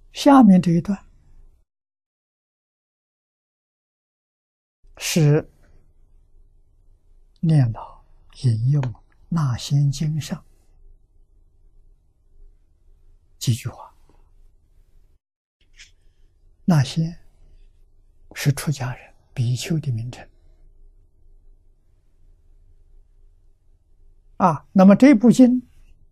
下面这一段是念老引用《那仙经》上几句话。那仙是出家人比丘的名称啊。那么这部经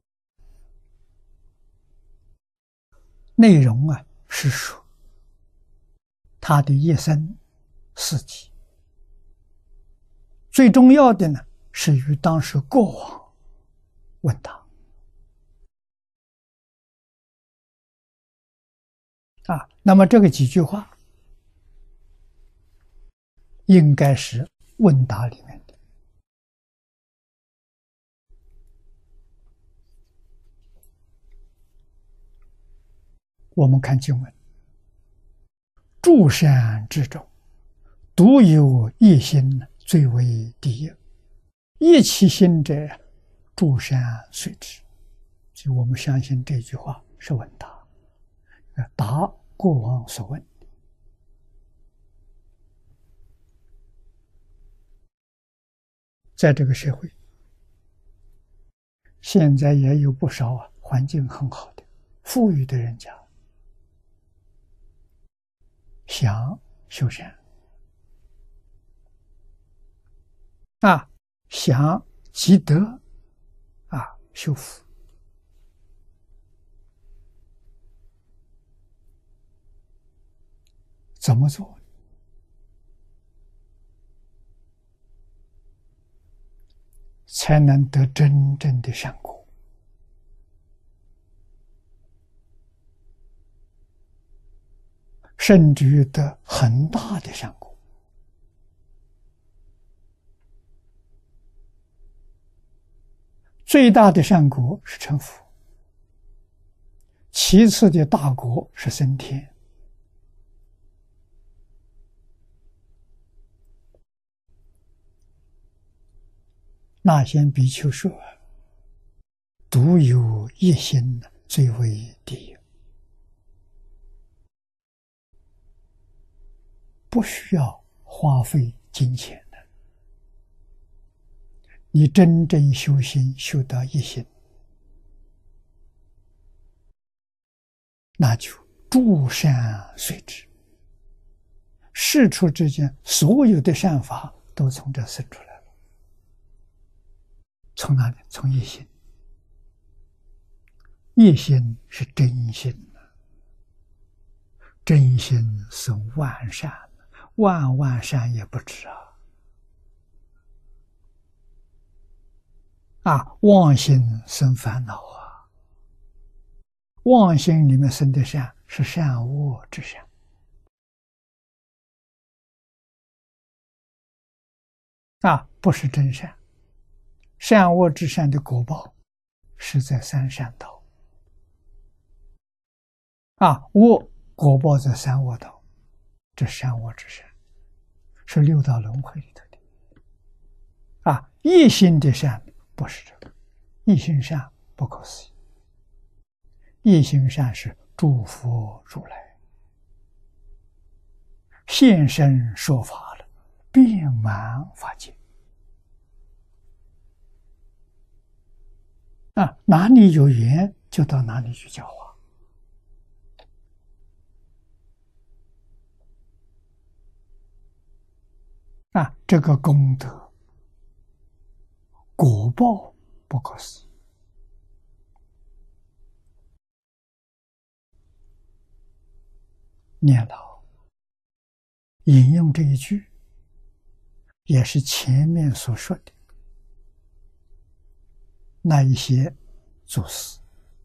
内容是说他的一生事迹，最重要的呢是与当时国王问答啊。那么这个几句话应该是问答里面的。我们看经文，诸善之中，独有一心最为第一，一其心者，诸善随之。所以我们相信这句话是问答，答国王所问。在这个社会，现在也有不少环境很好的富裕的人家想修善想积德修福，怎么做才能得真正的善果？甚至于得很大的善果。最大的善果是成佛，其次的大果是升天。那仙比丘说，独有一心最为第一，不需要花费金钱的。你真正修心修到一心，那就诸善随之，世出之间所有的善法都从这生出来了。从哪里？从一心。一心是真心，真心生万善，万万善也不止妄心生烦恼妄心里面生的善是善恶之善不是真善。善恶之善的果报是在三善道恶果报在三恶道，这善恶之善是六道轮回里头的一心的善不是这个，一心善不可思议，一心善是诸佛如来现身说法了，遍满法界哪里有缘就到哪里去教化这个功德果报不可思议。念老引用这一句，也是前面所说的那一些祖师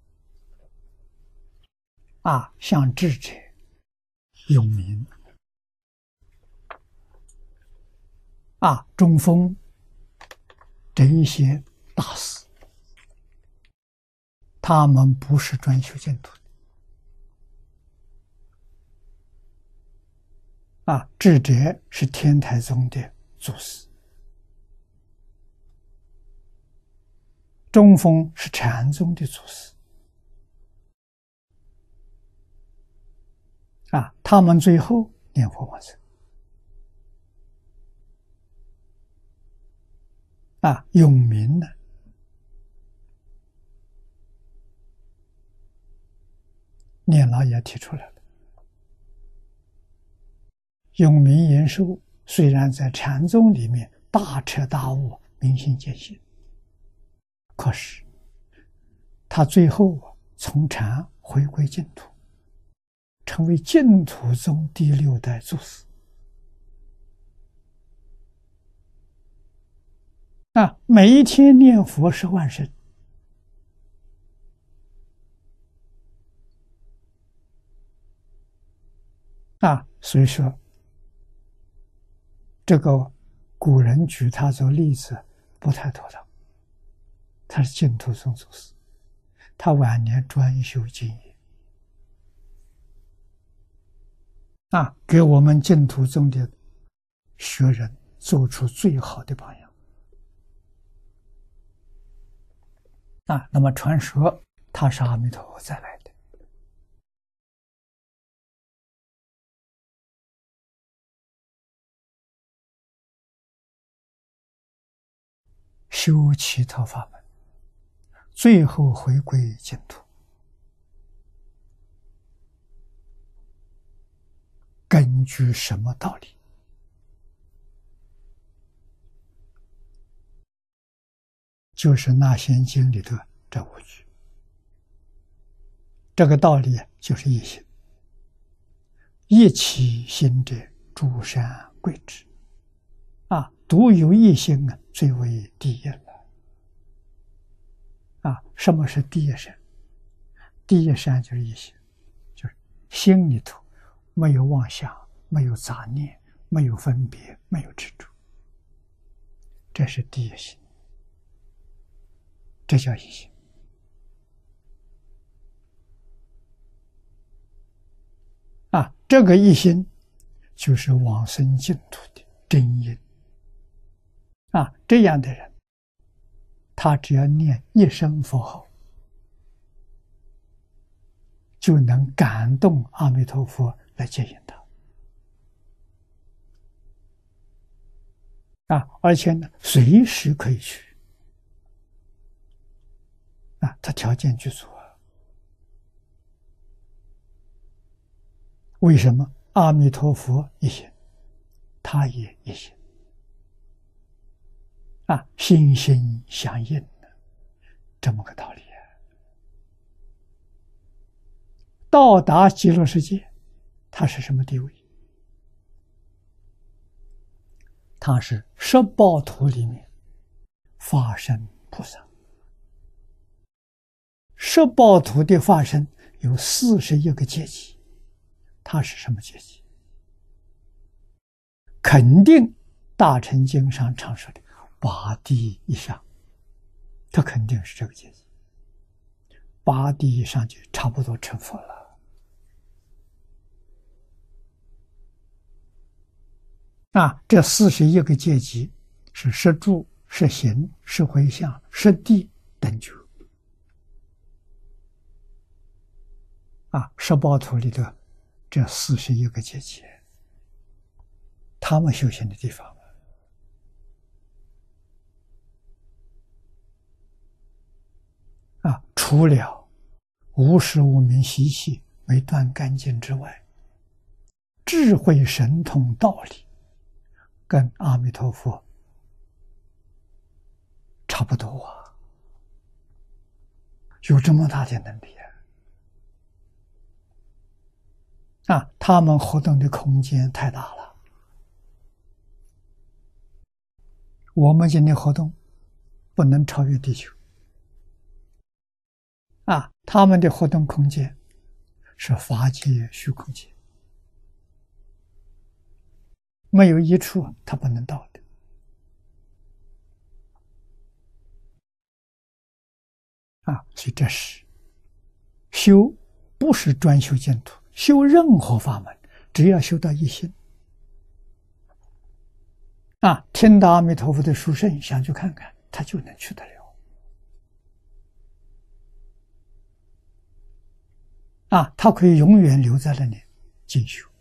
像智者、永明中峰这一些大师，他们不是专修净土的智者是天台宗的祖师，中峰是禅宗的祖师他们最后念佛往生。永明呢，念老也提出来了。永明延寿虽然在禅宗里面大彻大悟、明心见性，可是他最后从禅回归净土，成为净土宗第6代祖师。每一天念佛10万声。所以说这个古人举他做例子不太妥当。他是净土宗祖师，他晚年专修净业，给我们净土宗的学人做出最好的榜样。那么传说他是阿弥陀佛再来的。修其他法门，最后回归净土，根据什么道理？就是《那仙经》里的这5句。这个道理就是一心，一起心者，诸善贵之。独有一心最为第一了。什么是第一善？第一善就是一心，就是心里头没有妄想，没有杂念，没有分别，没有执着，这是第一心，这叫一心。这个一心就是往生净土的真因。这样的人，他只要念一声佛号，就能感动阿弥陀佛来接引他。而且呢，随时可以去。他条件具足。为什么？阿弥陀佛一心，他也一心。心心相印，这么个道理。到达极乐世界，他是什么地位？他是十报土里面化身菩萨。十报土的化身有41个阶级，他是什么阶级？肯定大乘经上常说的8地以上，他肯定是这个阶级。8地以上就差不多成佛了。这41个阶级是十住、十行、十回向、十地等觉。十报土里的这41个阶级，他们修行的地方。除了无始无明习气没断干净之外，智慧神通道理跟阿弥陀佛差不多有这么大的能力他们活动的空间太大了。我们今天活动不能超越地球。他们的活动空间是法界虚空界，没有一处他不能到的。所以这是修，不是专修净土，修任何法门，只要修到一心。听到阿弥陀佛的殊胜，想去看看，他就能去得了。他可以永远留在那里进修。